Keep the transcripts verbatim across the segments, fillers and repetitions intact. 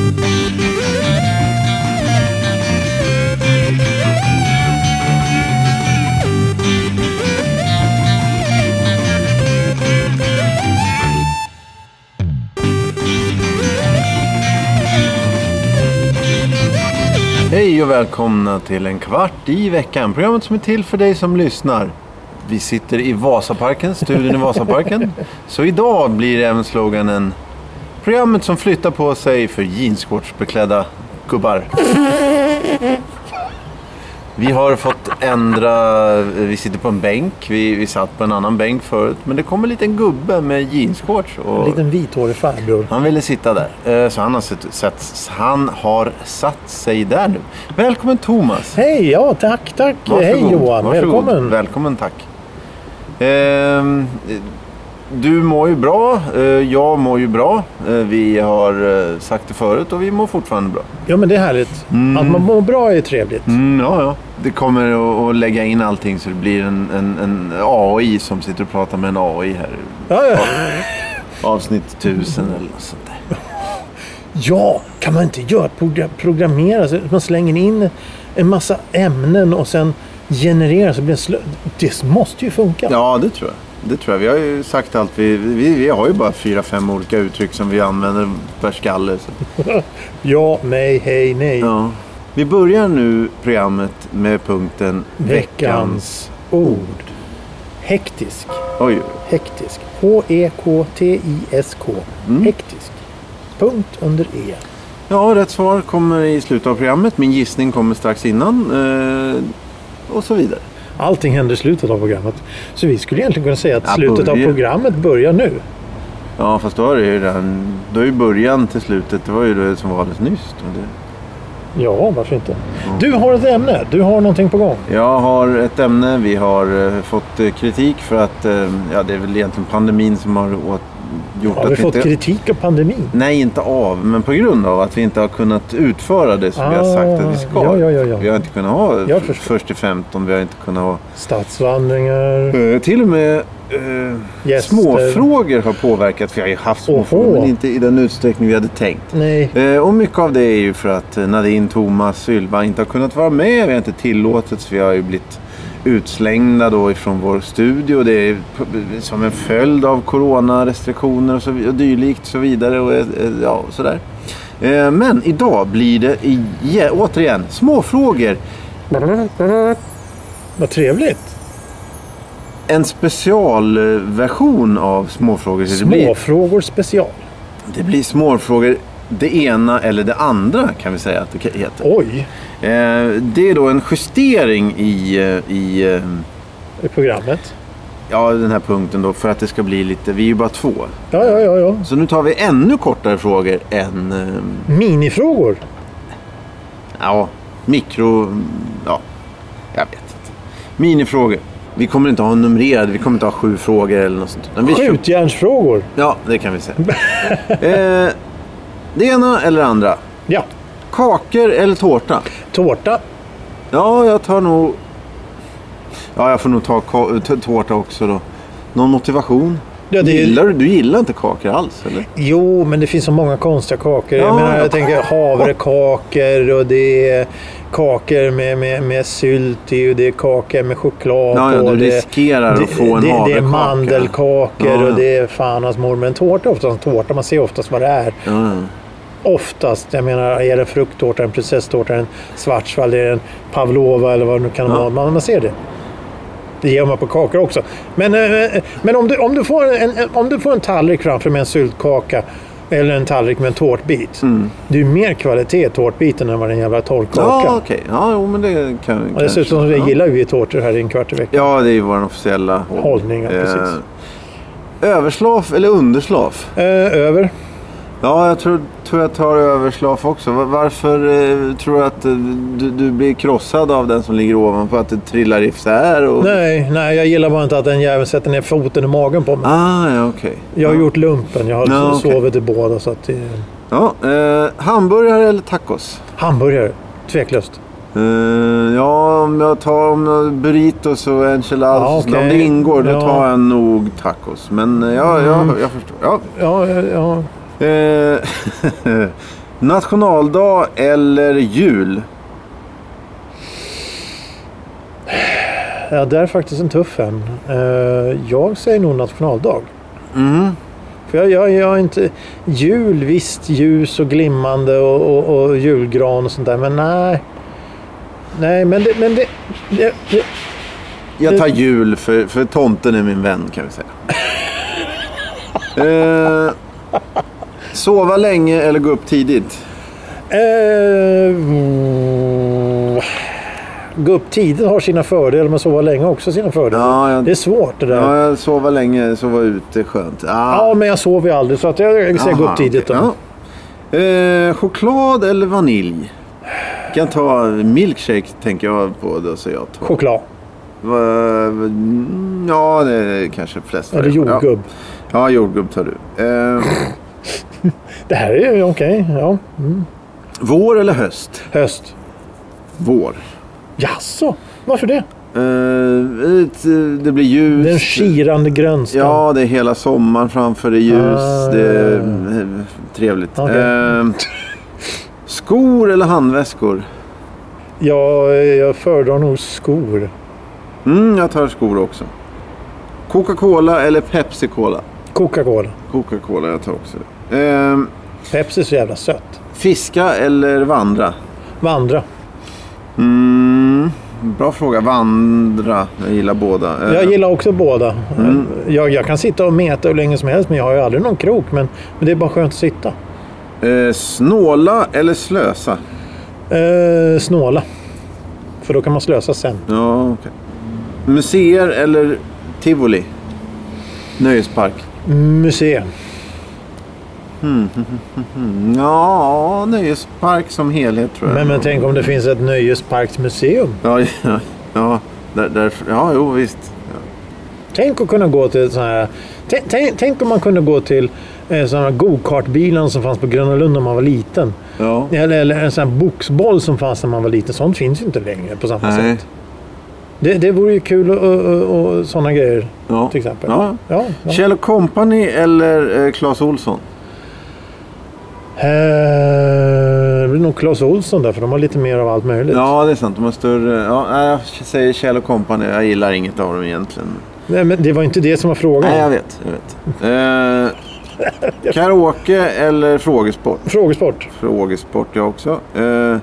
Hej och välkomna till En kvart i veckan. Programmet som är till för dig som lyssnar. Vi sitter i Vasaparken, studion i Vasaparken. Så idag blir även sloganen programmet som flyttar på sig för jeansshortsbeklädda gubbar. Vi har fått ändra, vi sitter på en bänk, vi, vi satt på en annan bänk förut. Men det kom en liten gubbe med jeansshorts. Och en liten vithårig farbror. Han ville sitta där, så han har, sett, sett, han har satt sig där nu. Välkommen Thomas. Hej, ja tack, tack. Varsågod. Hej Johan, Varsågod. välkommen. Välkommen, tack. Ehm, du mår ju bra, jag mår ju bra. Vi har sagt det förut och vi mår fortfarande bra. Ja men det är härligt, mm. att man mår bra är trevligt. Mm, ja, ja. Det kommer att lägga in allting så det blir en, en, en A I som sitter och pratar med en A I här. Ja, ja. Avsnitt tusen eller något sånt där. Ja, kan man inte göra programmera så man slänger in en massa ämnen och sen genererar så blir det slö... Det måste ju funka. Ja, det tror jag. Det tror jag. Vi har ju sagt allt. Vi, vi, vi har ju bara fyra, fem olika uttryck som vi använder per skalle. Så. Ja, nej, hej, nej. Ja. Vi börjar nu programmet med punkten Veckans, Veckans ord. Hektisk. Oj. Hektisk. H E K T I S K. Mm. Hektisk. Punkt under E. Ja, rätt svar kommer i slutet av programmet. Min gissning kommer strax innan. Eh, och så vidare. Allting händer i slutet av programmet. Så vi skulle egentligen kunna säga att ja, slutet börja. av programmet börjar nu. Ja, fast då är det ju den, då är ju början till slutet. Det var ju det som var alldeles nyss. Det... Ja, varför inte? Mm. Du har ett ämne. Du har någonting på gång. Jag har ett ämne. Vi har uh, fått uh, kritik för att uh, ja, det är väl egentligen pandemin som har åt, gjort har att vi vi fått inte... kritik av pandemin? Nej, inte av, men på grund av att vi inte har kunnat utföra det som ah, vi har sagt att vi ska. Ja, ja, ja, ja. Vi har inte kunnat ha först till femton, vi har inte kunnat ha... Stadsvandringar. Uh, till och med uh, småfrågor har påverkat. Vi har ju haft småfrågor, men inte i den utsträckning vi hade tänkt. Nej. Uh, och mycket av det är ju för att Nadine, Thomas, Ylva inte har kunnat vara med. Vi har inte tillåtit, så vi har ju blivit utslängda då ifrån vår studio. Det är som en följd av coronarestriktioner och, så, och dylikt så vidare och ja, sådär. Eh, men idag blir det i, ja, återigen småfrågor. Vad trevligt. En specialversion av småfrågor. Småfrågor det blir, special. Det blir småfrågor det ena eller det andra kan vi säga att det heter. Oj. Eh, det är då en justering i, i, i programmet. Ja, den här punkten då, för att det ska bli lite, vi är ju bara två. Ja, ja, ja, ja. Så nu tar vi ännu kortare frågor än... Eh, minifrågor? Ja, mikro... Ja, jag vet inte. Minifrågor. Vi kommer inte ha numrerade, vi kommer inte ha sju frågor eller något sånt. Men vi skjutjärnsfrågor? Ja, det kan vi säga. eh, det ena eller andra? Ja. Kakor eller tårta? Tårta. Ja, jag tar nog... Ja, jag får nog ta k- t- tårta också då. Någon motivation? Ja, det... gillar du, du gillar inte kakor alls, eller? Jo, men det finns så många konstiga kakor. Ja, jag menar, jag ja. tänker havrekakor och det är kakor med, med, med sylt i och det är kakor med choklad. Ja, ja, du och det, riskerar det, att få en det, havrekaka. Det är mandelkakor ja, ja. och det är fan hans mor. Men tårta är oftast tårta, man ser oftast vad det är. Ja, ja. Oftast, jag menar, är det en frukttårta, en prinsesstårta, en svartsvall, är det en pavlova eller vad det nu kan vara. Ja. Man, man ser det. Det ger man på kakor också. Men, men om, du, om, du får en, om du får en tallrik framför med en syltkaka eller en tallrik med en tårtbit. Mm. Det är ju mer kvalitet tårtbiten än vad den jävla torrkaka. Ja, okej. Okay. Ja, jo, men det kan och dessutom ja. gillar vi tårtor här i en kvart i veckan. Ja, det är ju vår officiella hållning. Ja, precis. Eh, överslaf eller underslaf? Eh, över. Ja, jag tror, tror jag tar överslaf också. Varför eh, tror du att eh, du, du blir krossad av den som ligger ovanför, att det trillar ifsär? Och... Nej, nej, jag gillar bara inte att den jäveln sätter ner foten i magen på mig. Ah, ja, okej. Okay. Jag har ja. gjort lumpen, jag har ja, sovit okay. i båda. Så att, eh... Ja, eh, hamburgare eller tacos? Hamburgare, tveklöst. Uh, ja, om jag tar om burritos och enchiladas, ja, okay. om det ingår, då ja. tar jag nog tacos. Men ja, mm. jag, jag förstår. Ja, ja, ja. Uh, Nationaldag eller jul? Ja, det är faktiskt en tuff en. Uh, jag säger nog nationaldag. Mm. För jag, jag, jag är inte... Jul, visst, ljus och glimmande och, och, och julgran och sånt där. Men nej. Nej, men det... Men det, det, det jag tar jul för, för tomten är min vän, kan vi säga. uh, sova länge eller gå upp tidigt? Uh, gå upp tidigt har sina fördelar, men sova länge också sina fördelar. Ja, jag, det är svårt det där. Ja, jag sova länge, sova ute är skönt. Ah. Ja, men jag sover ju aldrig, så att jag, jag säger gå upp tidigt. Okay, ja. uh, choklad eller vanilj? Jag kan ta milkshake, tänker jag på. Då, så jag tar. Choklad. Va, ja, det är kanske flest. Eller jordgubb. Ja, ja, jordgubb tar du. Uh, det här är ju okej, okay. Ja. Mm. Vår eller höst? Höst. Vår. Jaså? Varför det? Uh, det blir ljus. Den skirande grönskan. Ja, det är hela sommaren framför det ljus. Ah, det är trevligt. Okay. Uh, skor eller handväskor? Ja, jag föredrar nog skor. Mm, jag tar skor också. Coca-Cola eller Pepsi-Cola? Coca-Cola. Coca-Cola, jag tar också det. Uh, Pepsi är så jävla sött. Fiska eller vandra? Vandra. Mm, bra fråga. Vandra. Jag gillar båda. Jag gillar också båda. Mm. Jag, jag kan sitta och meta hur länge som helst, men jag har ju aldrig någon krok. Men, men det är bara skönt att sitta. Eh, snåla eller slösa? Eh, snåla. För då kan man slösa sen. Ja, okej. Okay. Museer eller tivoli? Nöjespark? Museum. Mm, mm, mm, mm. Ja, nöjespark som helhet tror jag. Men, men tänk om det finns ett nöjesparksmuseum. Ja, ja, ja, där, där, ja jo visst. Ja. Tänk att kunna gå till sådana här... Tänk, tänk, tänk om man kunde gå till eh, sådana här go-kartbilar som fanns på Gröna Lund när man var liten. Ja. Eller, eller en sån här boxboll som fanns när man var liten. Sånt finns ju inte längre på samma Nej. sätt. Det, det vore ju kul och, och, och sådana grejer, ja. Till exempel. Ja. Ja, ja. Kjell och Company eller eh, Clas Ohlson? Eh, det blir nog Clas Ohlson där, för de har lite mer av allt möjligt. Ja, det är sant. De har större... Ja, jag säger Kjell och Company. Jag gillar inget av dem egentligen. Nej, men det var inte det som var frågan. Nej, jag vet. Jag vet. Eh, karaoke eller frågesport? Frågesport. Frågesport, jag också. Eh,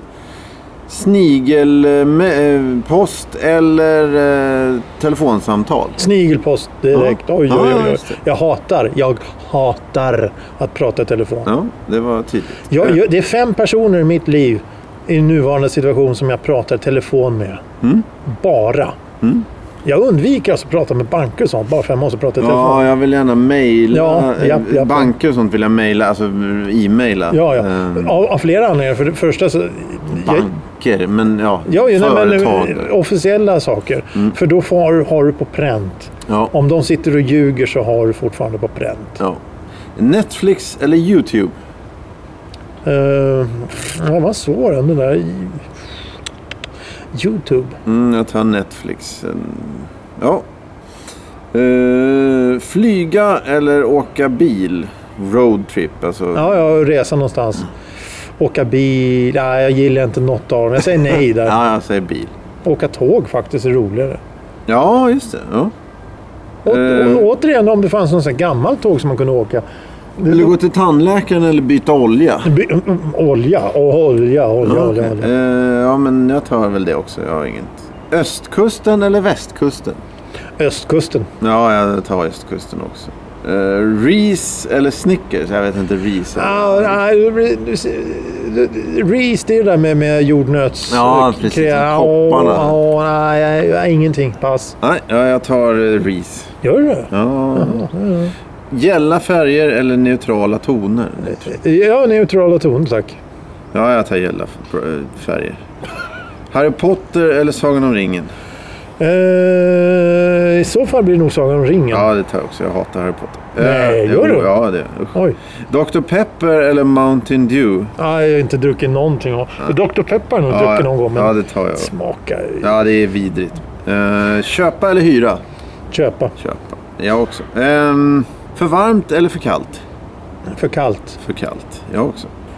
snigelpost eller eh, telefonsamtal? Snigelpost direkt. Ja. Oj, oj, oj, oj. Ja, jag hatar, jag hatar att prata i telefon. Ja, det var tydligt. Jag, jag, det är fem personer i mitt liv i nuvarande situation som jag pratar telefon med. Mm. Bara. Mm. Jag undviker alltså att prata med banker och sånt, bara för att jag måste prata i telefon. Ja, jag vill gärna mejla. Ja, japp, japp. Banker och sånt vill jag mejla, alltså e-maila. Ja, ja. Um, av, av flera anledningar. För det första så... Banker, jag, men ja, ja nej, företag. Men, officiella saker. Mm. För då får, har du på pränt. Ja. Om de sitter och ljuger så har du fortfarande på pränt. Ja. Netflix eller YouTube? Uh, ja, vad svår den där... YouTube. Mm, jag tar Netflix. Ja. Uh, flyga eller åka bil? Roadtrip, alltså. Ja, ja, resa någonstans. Mm. Åka bil. Nej, jag gillar inte något av dem. Jag säger nej där. Ja, jag säger bil. Åka tåg faktiskt är roligare. Ja, just det. Ja. Å, uh, å, återigen, om det fanns någon sån här gammal tåg som man kunde åka. Eller gå till tandläkaren eller byta olja? By, olja, oh, olja, olja, ja, olja. Okay. olja. Uh, ja, men jag tar väl det också. Jag har inget. Östkusten eller västkusten? Östkusten. Ja, jag tar östkusten också. Uh, Reese eller Snickers? Jag vet inte, Reese. Ah, nej, Reese, det är det där med, med jordnöts... Ja, precis. Krea- kopparna. Oh, oh, nej, nej, ingenting. Pass. Nej, ja, jag tar uh, Reese. Gör du? Ja. Jaha, ja. Gälla färger eller neutrala toner? Ja, neutrala toner, tack. Ja, jag tar gälla färger. Harry Potter eller Sagan om ringen? Uh, I så fall blir det nog Sagan om ringen. Ja, det tar jag också. Jag hatar Harry Potter. Nej, uh, gör du? Ja, det. Oj. doktor Pepper eller Mountain Dew? Ja, jag har inte druckit någonting. Ja. doktor Pepper har jag nog ja, druckit någon gång. Men ja, det tar jag. Smakar. Ja, det är vidrigt. Uh, köpa eller hyra? Köpa. Köpa. Jag också. Um, för varmt eller för kallt? För kallt. För kallt. Jag också.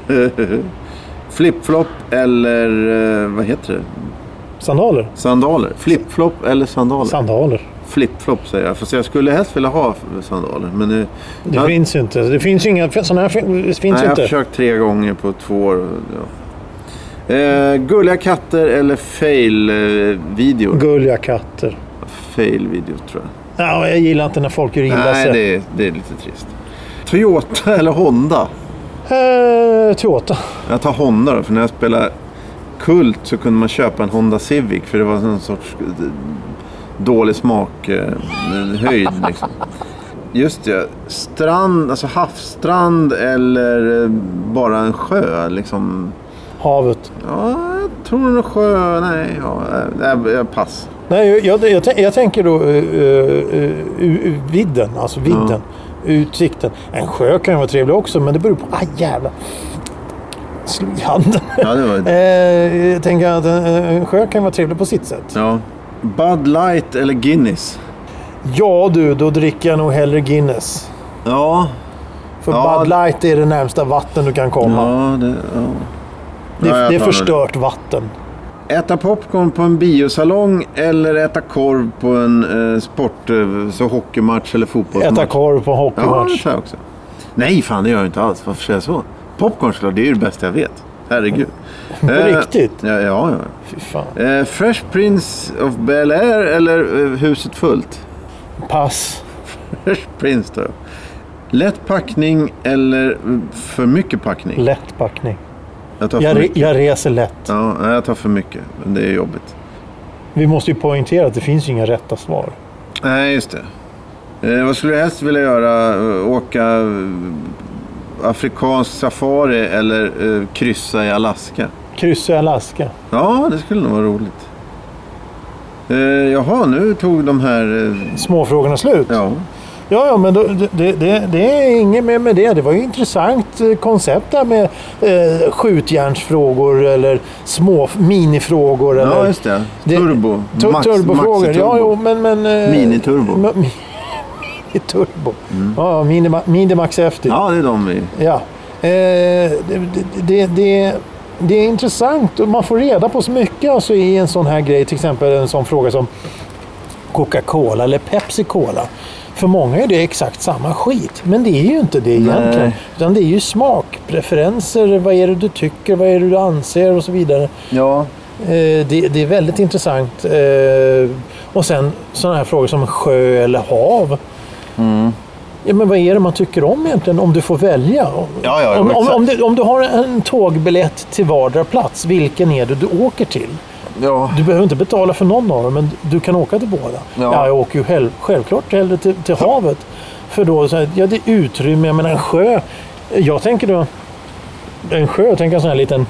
Flip-flop eller vad heter det? Sandaler. Sandaler. Flip-flop eller sandaler? Sandaler. Flip-flop säger jag. Fast jag skulle helst vilja ha sandaler. Men det det jag, finns ju inte. Det finns ju inga sådana här. Det finns nej, ju inte. Jag har försökt tre gånger på två år. Ja. Eh, gulliga katter eller fail-videor? Gulliga katter. Fail-video tror jag. Ja, jag gillar inte när folk gör illa sig. Nej, det är, det är lite trist. Toyota eller Honda? Eh, Toyota. Jag tar Honda då, för när jag spelar Kult så kunde man köpa en Honda Civic för det var en sorts dålig smak eh, höjd liksom. Just det, strand, alltså havsstrand eller bara en sjö liksom. Havet. Ja, jag tror en sjö, nej, ja, jag, jag pass. Nej, jag, jag, jag, jag tänker då uh, uh, uh, vidden, alltså vidden, ja. Utsikten. En sjö kan ju vara trevlig också, men det beror på, aj jävlar. Slå i handen. Ja, det var det. eh, jag tänker att en, en sjö kan vara trevlig på sitt sätt. Ja. Bud Light eller Guinness? Ja du, då dricker jag nog hellre Guinness. Ja. För ja. Bud Light är det närmsta vatten du kan komma. Ja, det, ja. Det, ja, det är förstört det. Vatten. Äta popcorn på en biosalong eller äta korv på en eh, sport, eh, så hockeymatch eller fotbollsmatch? Äta korv på en hockeymatch. Ja, det tar jag också. Nej, fan det gör jag inte alls. Varför säger jag så? Popcorn, det är ju det bästa jag vet. Herregud. På eh, riktigt? Ja, ja. ja. Fy fan. Eh, Fresh Prince of Bel-Air eller eh, Huset fullt? Pass. Fresh Prince då. Lätt packning eller för mycket packning? Lätt packning. Jag, tar för jag, re- mycket. jag reser lätt. Ja, jag tar för mycket. Men det är jobbigt. Vi måste ju poängtera att det finns ju inga rätta svar. Nej, just det. Eh, vad skulle du helst vilja göra? Åka afrikansk safari eller eh, kryssa i Alaska? Kryssa i Alaska. Ja, det skulle nog vara roligt. Eh, jaha, nu tog de här... Eh... Småfrågorna slut? Ja. Ja, ja men då, det, det, det är inget mer med det. Det var ju intressant koncept där med eh, skjutjärnsfrågor eller små minifrågor. Ja, eller, just det. Turbo. det Max, turbofrågor. Maxi Ja, jo, men... men eh, Miniturbo. Mi, miniturbo. Mm. Ja, mini, minimax häftigt. Ja, det är de vi... Ja. Eh, det, det, det, det är intressant och man får reda på så mycket alltså, i en sån här grej. Till exempel en sån fråga som Coca-Cola eller Pepsi-Cola. För många är det exakt samma skit. Men det är ju inte det egentligen. Nej. Utan det är ju smakpreferenser. Vad är det du tycker? Vad är det du anser? Och så vidare. Ja. Eh, det, det är väldigt intressant. Eh, och sen sådana här frågor som sjö eller hav. Mm. Ja, men vad är det man tycker om egentligen om du får välja? Ja, ja, om, om, om, du, om du har en tågbiljett till vardera plats, vilken är det du åker till? Ja. Du behöver inte betala för någon av dem, men du kan åka till båda. Ja, ja jag åker ju själv, självklart hellre till, till havet. För då, så här, ja det är utrymme, jag menar en sjö. Jag tänker då, en sjö, jag tänker en sån här liten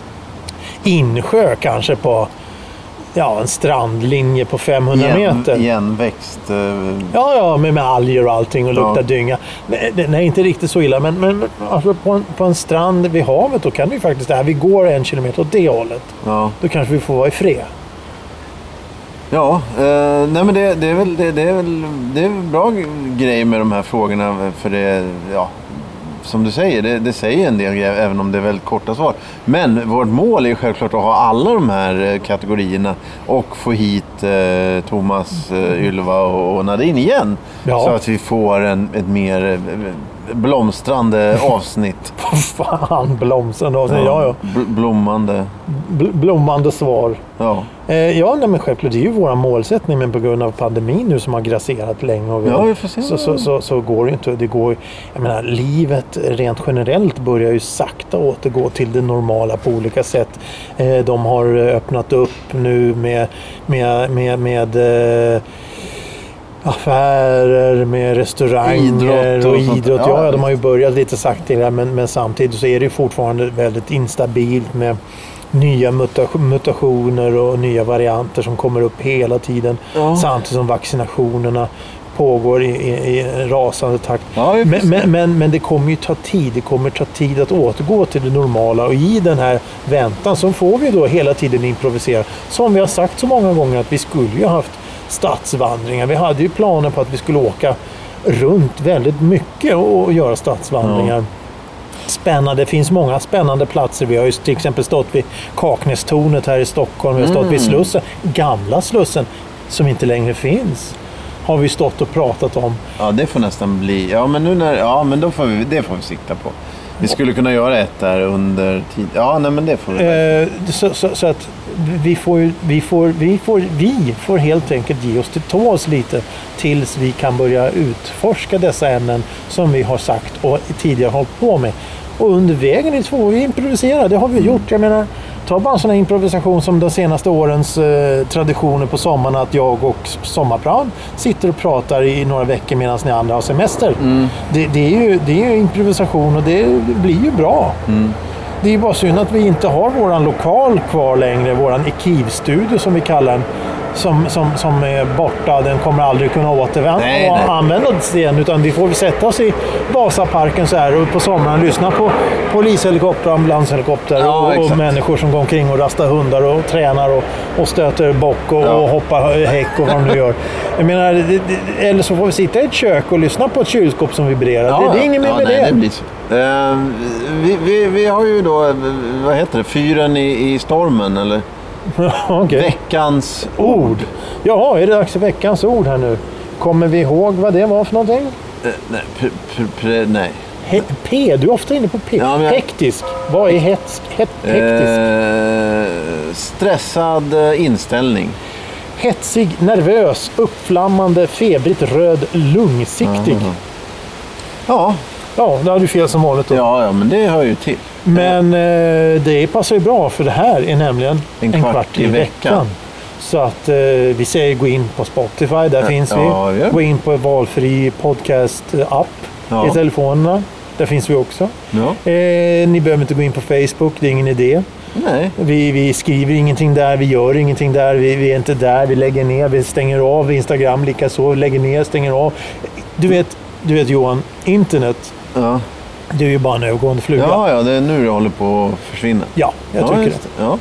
insjö kanske på, ja en strandlinje på femhundra Igen, meter. Igenväxt. Uh... Ja, ja, med, med alger och allting och luktar ja. dynga. Nej, nej, inte riktigt så illa, men, men alltså på, en, på en strand vid havet då kan vi faktiskt, det här, vi går en kilometer åt det hållet. Ja. Då kanske vi får vara i fred. Ja, eh, nej men det, det är väl det, det är väl det är en bra grej med de här frågorna för det, ja, som du säger, det, det säger en del även om det är väldigt korta svar. Men vårt mål är självklart att ha alla de här kategorierna och få hit eh, Thomas, eh, Ylva och, och Nadine igen. Ja. Så att vi får en, ett mer eh, blomstrande avsnitt. Fan, blomstrande avsnitt, ja, ja. ja. Bl- blommande. Bl- blommande svar. Ja. Eh, ja, nej, men självklart, det är ju våra målsättning, men på grund av pandemin nu som har grasserat länge och vi, ja, vi får se. Så, så, så, så går det inte. Det går, jag menar, livet rent generellt börjar ju sakta återgå till det normala på olika sätt. Eh, de har öppnat upp nu med, med, med, med eh, affärer, med restauranger idrott och, och idrott. Ja, ja, de har ju börjat lite sakta, men, men samtidigt så är det ju fortfarande väldigt instabilt med nya mutationer och nya varianter som kommer upp hela tiden. Ja. Samtidigt som vaccinationerna pågår i, i, i rasande takt. Ja, men, men, men, men det kommer ju ta tid. Det kommer ta tid att återgå till det normala. Och i den här väntan så får vi då hela tiden improvisera. Som vi har sagt så många gånger att vi skulle ju ha haft stadsvandringar. Vi hade ju planer på att vi skulle åka runt väldigt mycket och göra stadsvandringar. Ja. spännande. Det finns många spännande platser. Vi har ju till exempel stått vid Kaknästornet här i Stockholm. Vi har stått mm. vid Slussen, gamla Slussen som inte längre finns. Har vi stått och pratat om. Ja, det får nästan bli. Ja, men nu när ja, men då får vi det får vi sikta på. Vi skulle kunna göra ett där under tid. Ja, nej, men det får vi. Eh, så, så, så att vi får vi får vi får vi får helt enkelt ge oss till tåls lite tills vi kan börja utforska dessa ämnen som vi har sagt och tidigare hållit på med. Och under vägen får vi improvisera. Det har vi gjort. Jag menar, ta bara en sån här improvisation som de senaste årens eh, traditioner på sommaren, att jag och Sommarplan sitter och pratar i några veckor medan ni andra har semester. Mm. Det, det, är ju, det är ju improvisation och det blir ju bra. Mm. Det är ju bara synd att vi inte har våran lokal kvar längre, våran Ekiv-studio som vi kallar den. Som, som, som är borta, den kommer aldrig kunna återvända nej, och nej. användas igen, utan vi får sätta oss i Vasaparken så här och på sommaren lyssna på polishelikopter, ambulanshelikopter ja, och, och människor som går omkring och rastar hundar och tränar och, och stöter bock och, ja. och hoppar häck och vad de nu gör. Jag menar, det, det, eller så får vi sitta i ett kök och lyssna på ett kylskåp som vibrerar. Ja, det, det är inget ja, mer med nej, det. det blir så. Uh, vi, vi, vi har ju då, vad heter det, fyren i, i stormen eller? Okay. Veckans ord. Ja, är det dags för veckans ord här nu? Kommer vi ihåg vad det var för någonting? Uh, nej, pr, pr, pr, nej. He, P, du är ofta inne på P. Ja, jag... Hektisk. Vad är hetsk? Het, hektisk? Uh, stressad inställning. Hetsig, nervös, uppflammande, febrigt röd, lungsiktig. Uh-huh. Ja. Ja, det har du fel som vanligt då. Ja, ja, men det hör ju till. Men eh, det passar ju bra, för det här är nämligen en, en kvart, kvart i veckan. veckan. Så att eh, vi säger gå in på Spotify, där ja, finns vi. Ja, ja. Gå in på valfri podcast-app ja. i telefonerna, där finns vi också. Ja. Eh, ni behöver inte gå in på Facebook, det är ingen idé. Nej. Vi, vi skriver ingenting där, vi gör ingenting där, vi, vi är inte där, vi lägger ner, vi stänger av Instagram likaså, vi lägger ner, stänger av. Du vet, du vet Johan, internet, ja. det är ju bara en övergående fluga. Ja, ja, det är nu det håller på att försvinna. Ja, jag ja, tycker det. Ja.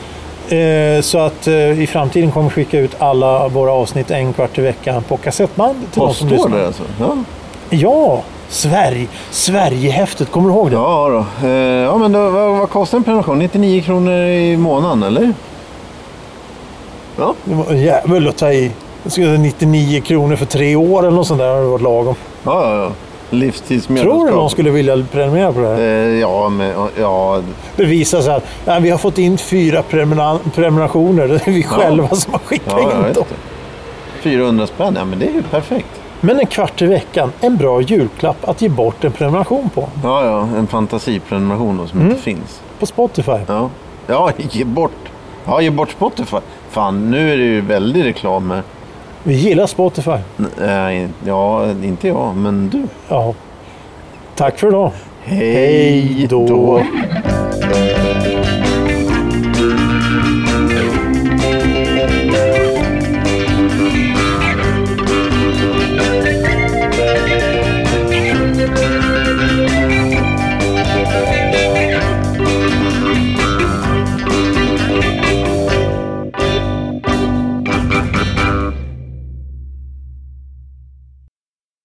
Eh, så att eh, i framtiden kommer vi skicka ut alla våra avsnitt en kvart i veckan på kassettband till de som lyssnar. Det alltså? Ja. Ja, Sverige, Sverigehäftet, kommer du ihåg det? Ja då. Eh, ja, men då, vad, vad kostar en prenumeration? nittionio kronor i månaden, eller? Ja. Det var jävligt att ta i. Det skulle vara nittionio kronor för tre år eller något sånt där, har det varit lagom. Ja, ja, ja. Livstidsmedlemskap. Tror du någon skulle vilja prenumerera på det här? Eh, ja, men ja. Det visar sig att ja, vi har fått in fyra premuna- prenumerationer. Det är vi ja. själva som har skickat ja, in dem. fyrahundra spänn, ja men det är ju perfekt. Men en kvart i veckan, en bra julklapp att ge bort en prenumeration på. Ja, ja, en fantasiprenumeration då, som mm. inte finns. På Spotify. Ja, ja ge bort. Ja, ge bort Spotify. Fan, nu är det ju väldigt reklam här. Vi gillar Spotify. Nej, ja, inte jag, men du. Ja. Tack för idag. Hej då.